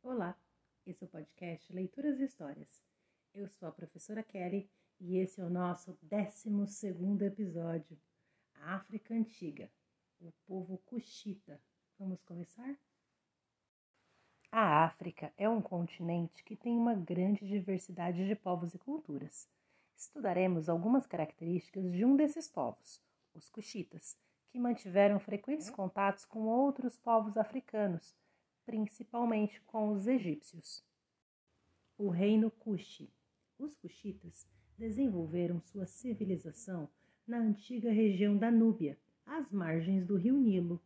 Olá, esse é o podcast Leituras e Histórias. Eu sou a professora Kelly e esse é o nosso 12º episódio, a África Antiga, o povo Cuxita. Vamos começar? A África é um continente que tem uma grande diversidade de povos e culturas. Estudaremos algumas características de um desses povos, os Cuxitas, que mantiveram frequentes contatos com outros povos africanos, principalmente com os egípcios. O reino Cuxi. Os Cuxitas desenvolveram sua civilização na antiga região da Núbia, às margens do rio Nilo.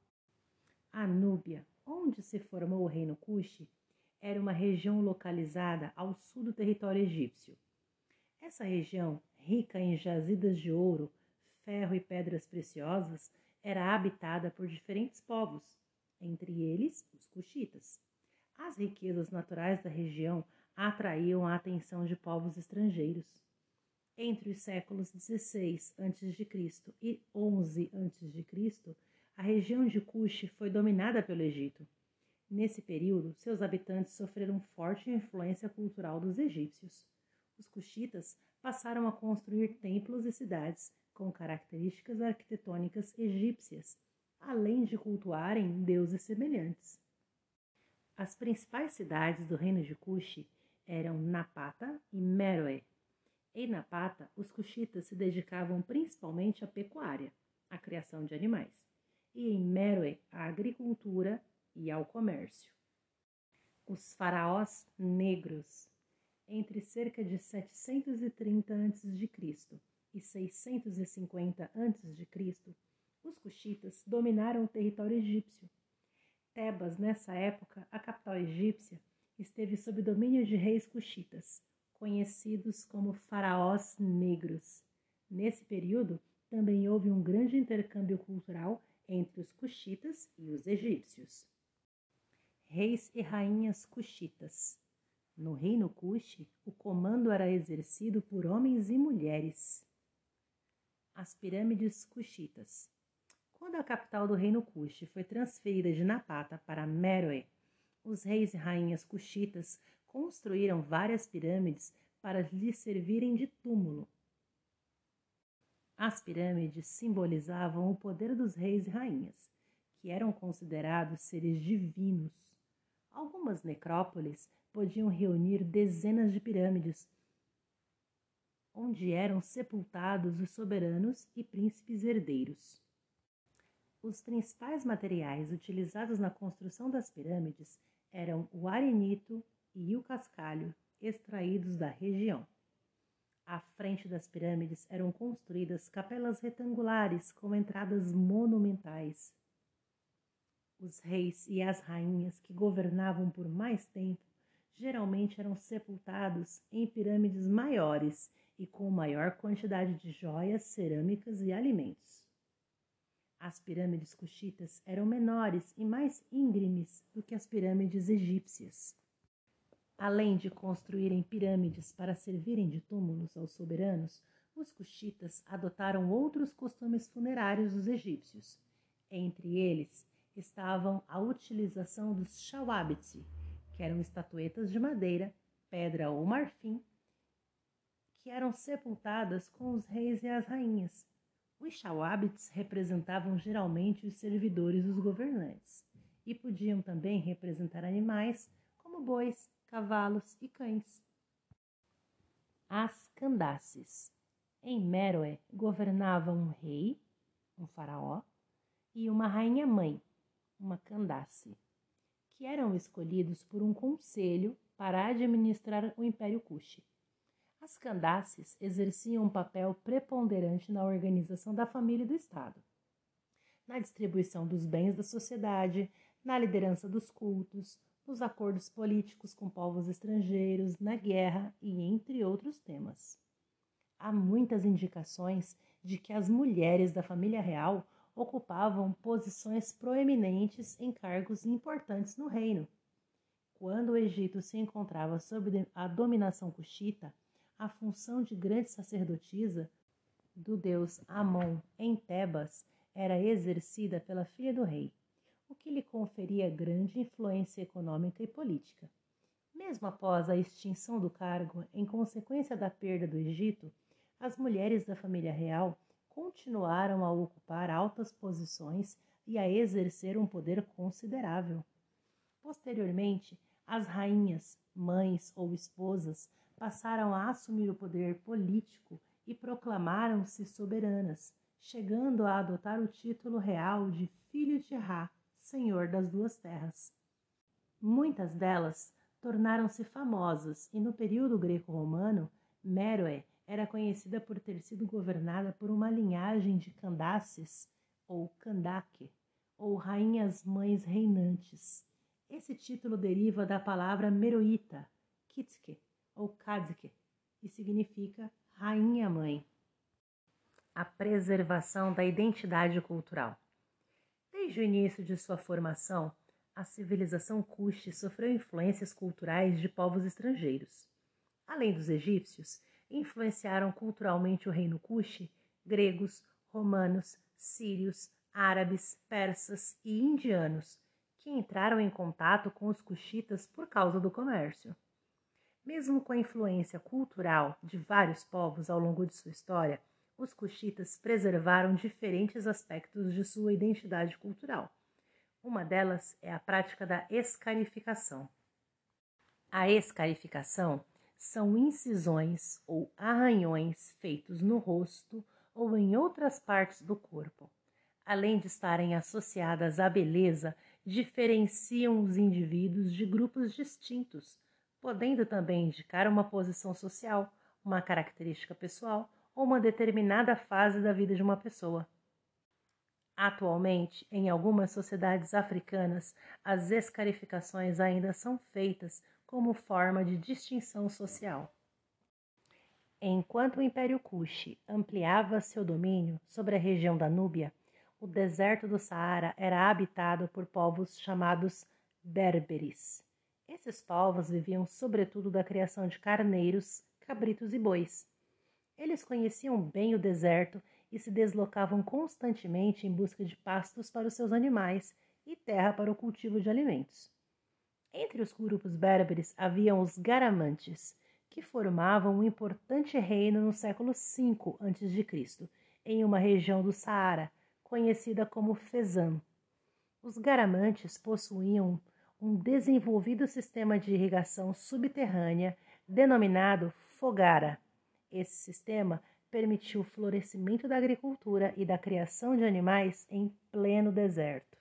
A Núbia, onde se formou o reino Cuxi, era uma região localizada ao sul do território egípcio. Essa região, rica em jazidas de ouro, ferro e pedras preciosas, era habitada por diferentes povos, entre eles os Cuxitas. As riquezas naturais da região atraíam a atenção de povos estrangeiros. Entre os séculos XVI a.C. e XI a.C., a região de Cuxi foi dominada pelo Egito. Nesse período, seus habitantes sofreram forte influência cultural dos egípcios. Os Cuxitas passaram a construir templos e cidades com características arquitetônicas egípcias, além de cultuarem deuses semelhantes. As principais cidades do reino de Cuxi eram Napata e Meroe. Em Napata, os Cuxitas se dedicavam principalmente à pecuária, à criação de animais, e em Meroe, à agricultura e ao comércio. Os faraós negros. Entre cerca de 730 a.C. e 650 a.C., os Cuxitas dominaram o território egípcio. Tebas, nessa época, a capital egípcia, esteve sob domínio de reis cuxitas, conhecidos como faraós negros. Nesse período, também houve um grande intercâmbio cultural entre os cuxitas e os egípcios. Reis e rainhas cuxitas. No reino Cuxi, o comando era exercido por homens e mulheres. As pirâmides cuxitas. Quando a capital do reino Cuxi foi transferida de Napata para Meroe, os reis e rainhas cuxitas construíram várias pirâmides para lhes servirem de túmulo. As pirâmides simbolizavam o poder dos reis e rainhas, que eram considerados seres divinos. Algumas necrópolis podiam reunir dezenas de pirâmides, onde eram sepultados os soberanos e príncipes herdeiros. Os principais materiais utilizados na construção das pirâmides eram o arenito e o cascalho, extraídos da região. À frente das pirâmides eram construídas capelas retangulares com entradas monumentais. Os reis e as rainhas que governavam por mais tempo geralmente eram sepultados em pirâmides maiores e com maior quantidade de joias, cerâmicas e alimentos. As pirâmides cuxitas eram menores e mais íngremes do que as pirâmides egípcias. Além de construírem pirâmides para servirem de túmulos aos soberanos, os cuxitas adotaram outros costumes funerários dos egípcios. Entre eles estavam a utilização dos shawabitsi, que eram estatuetas de madeira, pedra ou marfim, que eram sepultadas com os reis e as rainhas. Os shawabits representavam geralmente os servidores dos governantes e podiam também representar animais como bois, cavalos e cães. As Candaces. Em Meroe governavam um rei, um faraó, e uma rainha-mãe, uma Candace, que eram escolhidos por um conselho para administrar o Império Cuxi. As Candaces exerciam um papel preponderante na organização da família e do Estado, na distribuição dos bens da sociedade, na liderança dos cultos, nos acordos políticos com povos estrangeiros, na guerra e entre outros temas. Há muitas indicações de que as mulheres da família real ocupavam posições proeminentes em cargos importantes no reino. Quando o Egito se encontrava sob a dominação cuxita, a função de grande sacerdotisa do deus Amon em Tebas era exercida pela filha do rei. O o que lhe conferia grande influência econômica e política. Mesmo após a extinção do cargo, em consequência da perda do Egito, as mulheres da família real continuaram a ocupar altas posições e a exercer um poder considerável. Posteriormente, as rainhas, mães ou esposas passaram a assumir o poder político e proclamaram-se soberanas, chegando a adotar o título real de filho de Ra, senhor das duas terras. Muitas delas tornaram-se famosas e no período greco-romano, Méroe era conhecida por ter sido governada por uma linhagem de Candaces ou Candaque, ou rainhas-mães reinantes. Esse título deriva da palavra meroíta, kitke ou kadke, e significa rainha-mãe. A preservação da identidade cultural. Desde o início de sua formação, a civilização Kush sofreu influências culturais de povos estrangeiros. Além dos egípcios, influenciaram culturalmente o reino Kush gregos, romanos, sírios, árabes, persas e indianos, que entraram em contato com os cuxitas por causa do comércio. Mesmo com a influência cultural de vários povos ao longo de sua história, os cuxitas preservaram diferentes aspectos de sua identidade cultural. Uma delas é a prática da escarificação. A escarificação são incisões ou arranhões feitos no rosto ou em outras partes do corpo. Além de estarem associadas à beleza, diferenciam os indivíduos de grupos distintos, podendo também indicar uma posição social, uma característica pessoal ou uma determinada fase da vida de uma pessoa. Atualmente, em algumas sociedades africanas, as escarificações ainda são feitas como forma de distinção social. Enquanto o Império Kush ampliava seu domínio sobre a região da Núbia, o deserto do Saara era habitado por povos chamados berberes. Esses povos viviam sobretudo da criação de carneiros, cabritos e bois. Eles conheciam bem o deserto e se deslocavam constantemente em busca de pastos para os seus animais e terra para o cultivo de alimentos. Entre os grupos berberes haviam os Garamantes, que formavam um importante reino no século V a.C., em uma região do Saara, conhecida como Fezzan. Os Garamantes possuíam um desenvolvido sistema de irrigação subterrânea denominado Fogara. Esse sistema permitiu o florescimento da agricultura e da criação de animais em pleno deserto.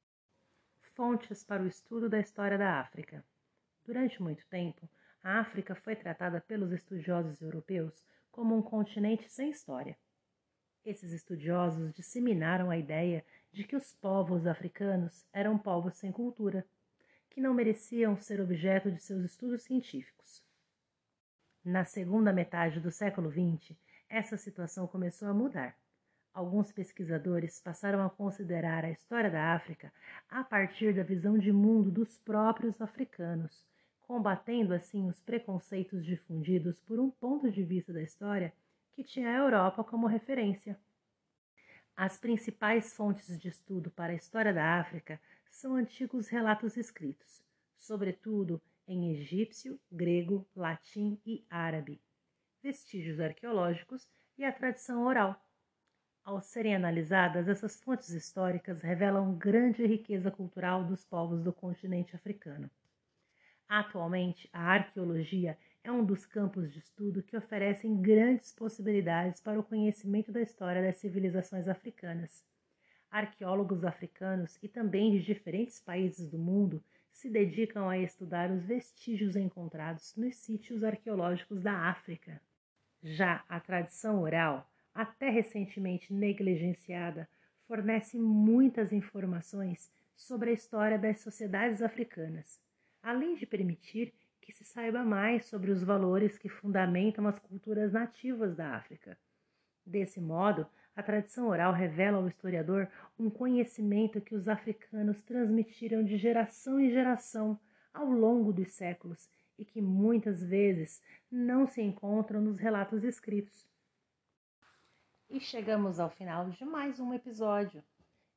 Fontes para o estudo da história da África. Durante muito tempo, a África foi tratada pelos estudiosos europeus como um continente sem história. Esses estudiosos disseminaram a ideia de que os povos africanos eram povos sem cultura, que não mereciam ser objeto de seus estudos científicos. Na segunda metade do século XX, essa situação começou a mudar. Alguns pesquisadores passaram a considerar a história da África a partir da visão de mundo dos próprios africanos, combatendo assim os preconceitos difundidos por um ponto de vista da história que tinha a Europa como referência. As principais fontes de estudo para a história da África são antigos relatos escritos, sobretudo em egípcio, grego, latim e árabe, vestígios arqueológicos e a tradição oral. Ao serem analisadas, essas fontes históricas revelam grande riqueza cultural dos povos do continente africano. Atualmente, a arqueologia é um dos campos de estudo que oferecem grandes possibilidades para o conhecimento da história das civilizações africanas. Arqueólogos africanos e também de diferentes países do mundo se dedicam a estudar os vestígios encontrados nos sítios arqueológicos da África. Já a tradição oral, até recentemente negligenciada, fornece muitas informações sobre a história das sociedades africanas, além de permitir que se saiba mais sobre os valores que fundamentam as culturas nativas da África. Desse modo, a tradição oral revela ao historiador um conhecimento que os africanos transmitiram de geração em geração ao longo dos séculos e que muitas vezes não se encontram nos relatos escritos. E chegamos ao final de mais um episódio.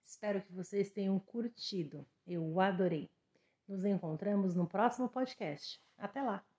Espero que vocês tenham curtido. Eu adorei. Nos encontramos no próximo podcast. Até lá!